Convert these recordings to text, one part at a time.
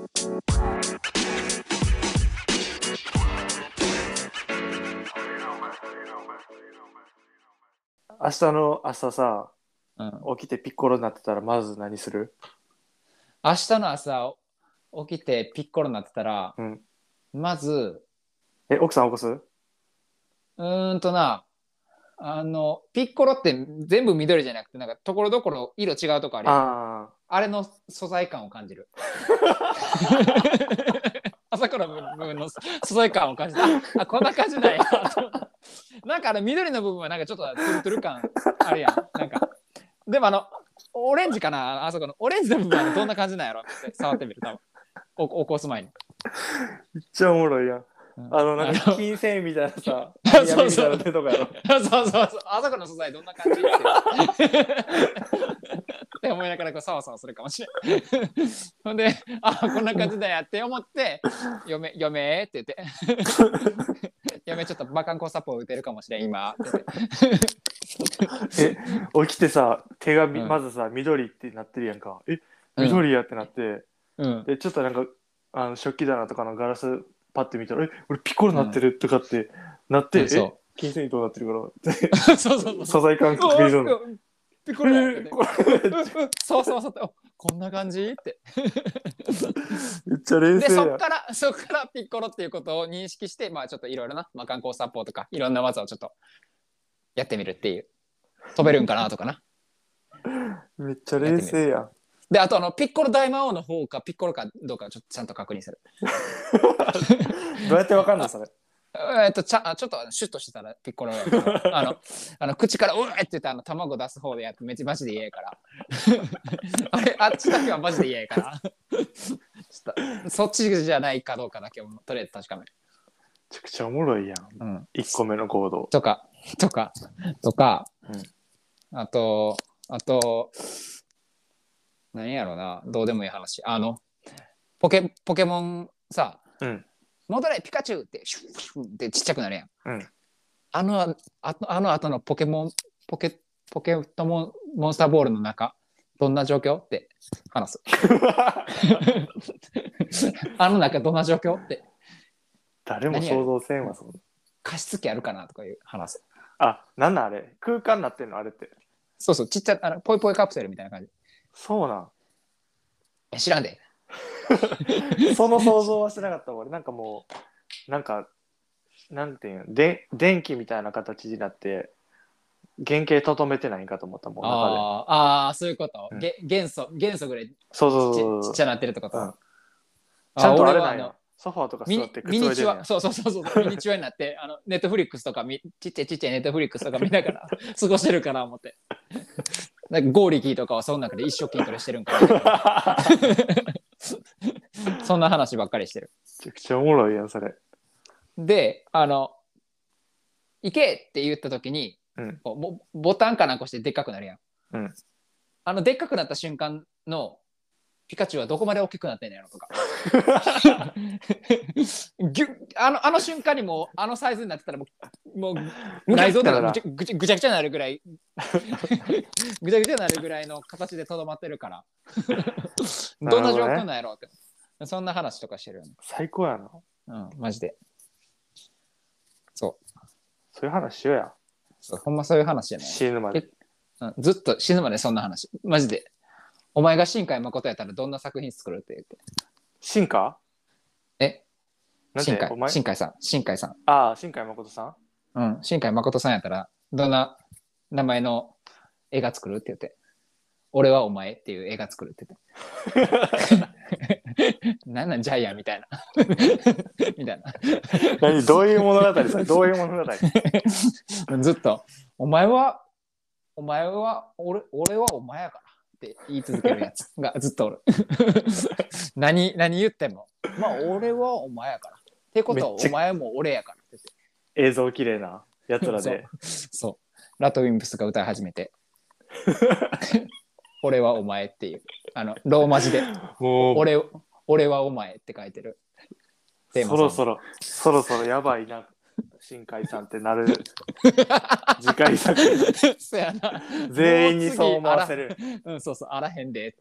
明日の朝さ、 うん、 起きてピッコロになってたらまず何する？ 明日の朝起きてピッコロになってたら、 うん。 まず奥さん起こす？ なピッコロって全部緑じゃなくてなんかところどころ色違うとこあるやん。 ああれの素材感を感じる。朝から部分の素材感を感じて、あこんな感じなんやと。なんか緑の部分はなんかちょっとトゥルトゥル感あるやん。なんかでもオレンジかな、あそこのオレンジの部分はどんな感じなんやろって触ってみる。多分起こす前に。 めっちゃおもろいやん。なんか金線みたいなさ、闇みたいな手とかやろ。 そう、あそこの素材どんな感じって思いながらこうサワサワするかもしれない。ほんで、こんな感じだやって思って、嫁って言って、嫁ちょっとバカンコサポ打てるかもしれん今って起きてさ、手がうんまずさ、緑ってなってるやんか。緑やってなって、 うん、 でちょっとなんか食器棚とかのガラスパッて見たら、俺ピッコロなってるとかってなって、金線糸になってるからそう素材感確認するの。 ピッコロやってそうってこんな感じってめっちゃ冷静や。 でそっからピッコロっていうことを認識して、まあちょっといろいろな、観光サポートとかいろんな技をちょっとやってみるっていう。飛べるんかなとかな。 めっちゃ冷静やん。 で、あとピッコロ大魔王の方かピッコロかどうかちょっとちゃんと確認する。 どうやってわかんのそれ？ ちょっとシュッとしてたらピッコロやから口からうわって言って卵出す方でやってめっちゃマジで嫌やからあっちだけはマジで嫌やからちょっとそっちじゃないかどうかだけをとりあえず確かめる。 めちゃくちゃおもろいやん、1個目の行動とか、あと何やろうな、どうでもいい話。ポケモンさ、戻れピカチュウってシュッシュッってちっちゃくなるやん。あの後のポケットモンスターボールの中どんな状況って話す。中どんな状況って誰も想像せんわ。そんな加湿器あるかなとかいう話す。 なんなんあれ、空間になってんのあれって。 そうちっちゃポイポイカプセルみたいな感じ。 そうなん知らんで。 その想像はしてなかった俺。なんかもうなんかなんていうの、電気みたいな形になって原型とどめてないんかと思ったもん。 中でそういうこと、元素ぐらいちっちゃなってるってこと、 ちゃんとあれなんや。ソファーとか座ってミニチュアミニチュアになってネットフリックスとかちっちゃいネットフリックスとか見ながら過ごしてるかな思って。なんかゴーリキーとかはその中で一生筋トレしてるんかな。そんな話ばっかりしてる。 めちゃくちゃおもろいやんそれ。 で行けって言った時に、ボタンかなんか押してでっかくなるやん。でっかくなった瞬間のピカチュウはどこまで大きくなってんのやろとか。あの瞬間にもうサイズになってたらもう内臓とかぐちゃぐちゃになるぐらいぐちゃぐちゃになるぐらいの形でとどまってるからどんな状況なんやろって、そんな話とかしてるよね。 最高やな。マジで。そういう話しようや。 ほんまそういう話じゃない。 死ぬまで。 ずっと死ぬまでそんな話。マジで。お前が新海誠やったらどんな作品作るって言って。 新海？ 新海さん。新海誠さん。新海誠さんやったらどんな名前の映画作るって言って。俺はお前っていう映画作るって言って。なんジャイアンみたいな。みたいな。 どういう物語さ、どういう物語ずっとお前は俺はお前やからって言い続けるやつがずっとおる。何言っても俺はお前やからってことはお前も俺やからって言って。 映像綺麗なやつらでそうラトウィンプスが歌い始めて俺はお前っていうローマ字でもう俺はお前って書いてる。 そろそろやばいな。 新海さんってなる次回作そやな。 全員にそう思わせる。 うん、そうそう、あらへんでって。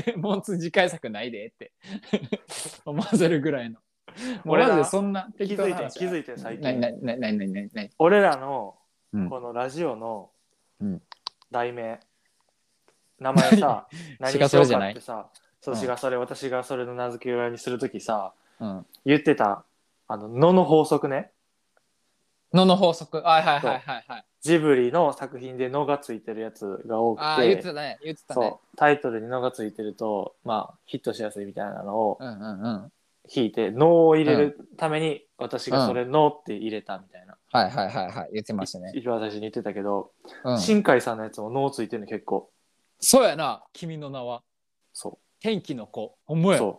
もう次回作ないでって思わせるぐらいの。俺らでそんな気づいて最近。俺らのこのラジオの題名、名前さ、何しようかってさ、私がそれの名付け親にするときさ、言ってた野の法則ね。 野の法則。はいはいはいはいはい。 ジブリの作品で野がついてるやつが多くて、 言ってたね。 そうタイトルに野がついてるとまあヒットしやすいみたいなのを引いて、野を入れるために私がそれ野って入れたみたいな。 はいはいはいはい、言ってましたね。 一番最初に言ってたけど、新海さんのやつも野ついてるの結構。 そうやな。君の名は。 そう。 天気の子。ほんまや。 そう。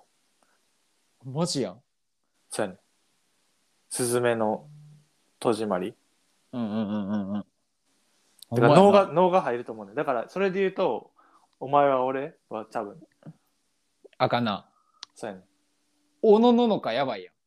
マジやん。 そうやね。すずめの戸締まり。だから脳が入ると思うね。だからそれで言うと、お前は俺は多分。 あかんな。 そうやね。 おのののかやばいやん。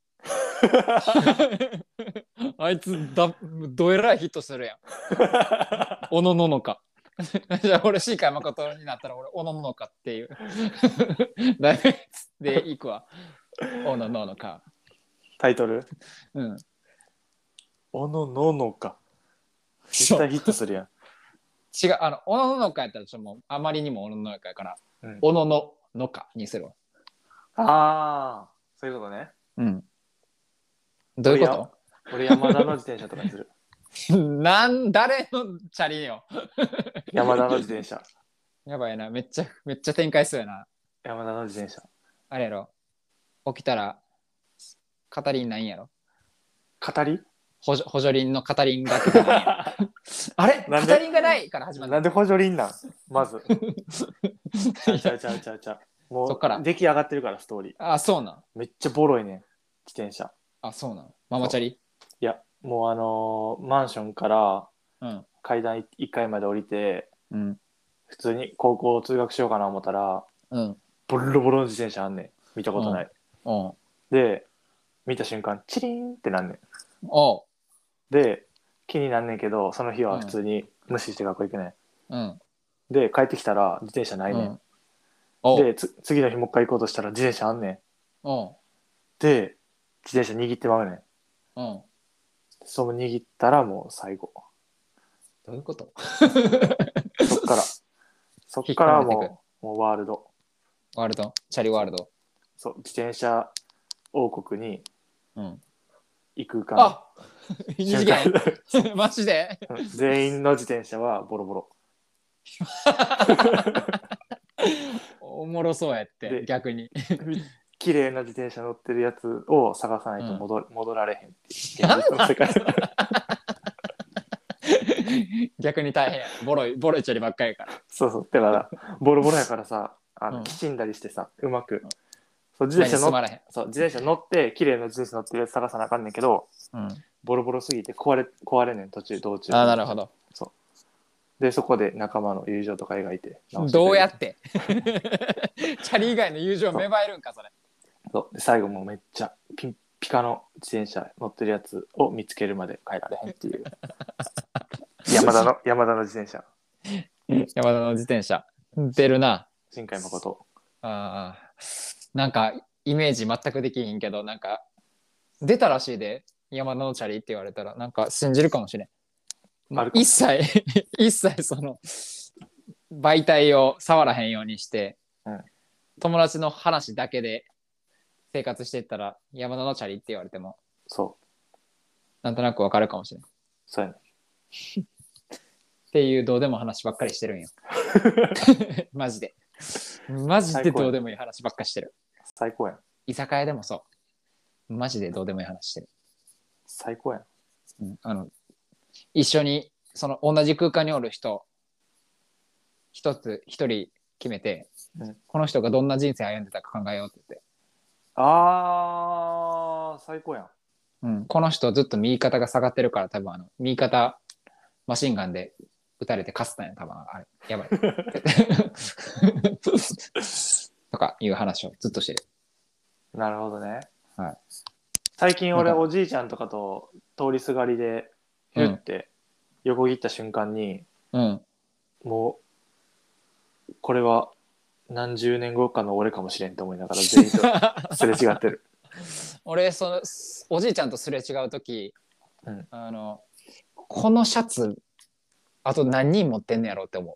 あいつどえらいヒットするやん。おのののか。じゃあ俺新海誠になったら俺おのののかっていう題名でいくわ。おのののか。 タイトル？ うん。 おのののか。絶対ヒットするやん。 違う、おのののかやったらもうあまりにもおのののかやから、おのののかにするわ。 ああ、そういうことね。 うん。どういうこと？ 俺山田の自転車とかにする。 誰のチャリよ。 山田の自転車。 やばいな、めっちゃ展開するやな。 山田の自転車。 あれやろ。起きたら語りんないんやろ。 語り？ 補助輪の語りんだけじゃないやあれ語りんがないから始まる。 なんで補助輪なんまず。ちゃう。もうそっから出来上がってるからストーリー。 あ、そうなん。 めっちゃボロいね自転車。 あ、そうなん。ママチャリ？ いや、もうマンションから階段1階まで降りて、普通に高校通学しようかな思ったら、ボロボロの自転車あんねん。見たことない。で、見た瞬間、チリーンってなんねん。で、気になんねんけど、その日は普通に無視して学校行くねん。で、帰ってきたら自転車ないねん。で、次の日もう一回行こうとしたら自転車あんねん。で、自転車握ってまうねん。そう握ったらもう最後。 どういうこと？ そっからもうワールド。 チャリワールド。 そう、自転車王国に行くか。 あ、二次元マジで？ 全員の自転車はボロボロ。 おもろそうやって逆に。 綺麗な自転車乗ってるやつを探さないと戻られへんっていう現実の世界。 逆に大変や。ボロいチャリばっかりやから。 そうだからボロボロやからさ、きちんだりしてさ、うまく自転車乗って綺麗な自転車乗ってるやつ探さなあかんねんけど、ボロボロすぎて壊れねん道中。 あ、なるほど。 でそこで仲間の友情とか描いてどうやってチャリ以外の友情芽生えるんかそれ。 そうで最後もうめっちゃピカの自転車乗ってるやつを見つけるまで帰られへんっていう山田の自転車。 山田の自転車出るな。 新海誠。 なんかイメージ全くできひんけど、なんか出たらしいで、山田のチャリって言われたらなんか信じるかもしれん。一切その媒体を触らへんようにして、友達の話だけで生活していったら山田のチャリって言われてもなんとなくわかるかもしれん。 そうやね。 っていうどうでも話ばっかりしてるんよ。マジでどうでもいい話ばっかりしてる。 最高やん。 居酒屋でもそうマジでどうでもいい話してる。 最高やん。 一緒にその同じ空間におる人一人決めて、この人がどんな人生歩んでたか考えようって言って。 最高やん。この人ずっと右肩が下がってるから多分右肩マシンガンで撃たれてかすったんや多分あれやばい。とかいう話をずっとしてる。 なるほどね。 はい。 最近俺おじいちゃんとかと通りすがりでヒュッて横切った瞬間に、もうこれは何十年後かの俺かもしれんと思いながら全員とすれ違ってる。 俺おじいちゃんとすれ違う時、このシャツあと何人持ってんねやろって思う。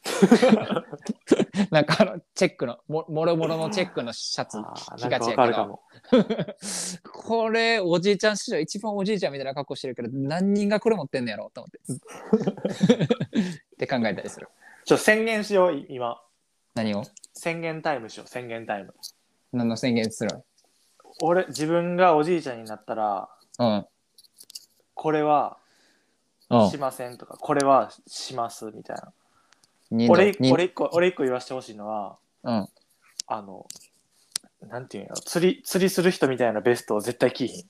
なんかチェックのもろもろのチェックのシャツ着がちやけどこれおじいちゃん史上一番おじいちゃんみたいな格好してるけど何人がこれ持ってんねやろと思ってって考えたりする。 宣言しよう今。 何を？ 宣言タイムしよう。宣言タイム。 何の宣言する？ 自分がおじいちゃんになったら、これはしませんとか、これはしますみたいな。俺一個言わせてほしいのは、なんていうの、釣りする人みたいなベストを絶対着ひん。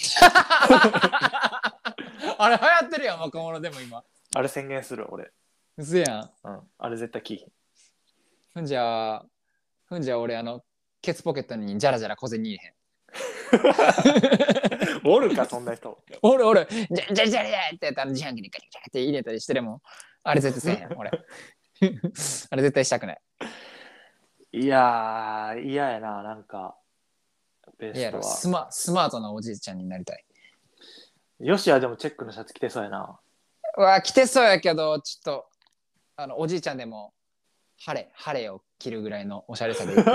あれ流行ってるやん、若者でも今。 あれ宣言する俺。 うそやん。 あれ絶対着ひん。 ふんじゃ俺ケツポケットにジャラジャラ小銭入れへん。 おるかそんな人。 おるジャラジャラってやったら自販機にガチャガチャって入れたりしてるもん。あれ絶対せえへん俺。あれ絶対したくない。 いやー嫌やな、なんかベストはスマートなおじいちゃんになりたい。 よしはでもチェックのシャツ着てそうやな。 着てそうやけどちょっとおじいちゃんでも晴れを着るぐらいのおしゃれさでいい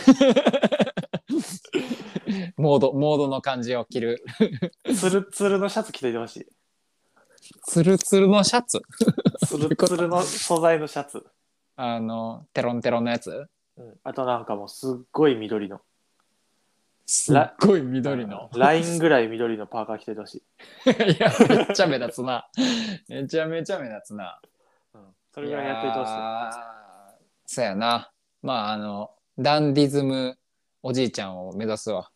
モードの感じを着るツルツルのシャツ着ていてほしい。 ツルツルのシャツツルツルの素材のシャツ。 テロンテロンのやつ、 あとなんかもうすっごい緑の。 すっごい緑の。 ラインぐらい緑のパーカー着ててほしい。いや、めっちゃ目立つな。めちゃめちゃ目立つな。 それぐらいやっていてほしい。 そうやな。まあ、ダンディズムおじいちゃんを目指すわ。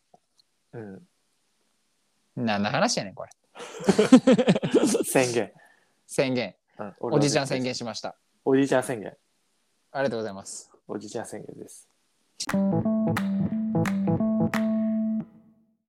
何の話やねん、これ。宣言。おじいちゃん宣言しました。 おじいちゃん宣言。 ありがとうございます。 おじいちゃん宣言です。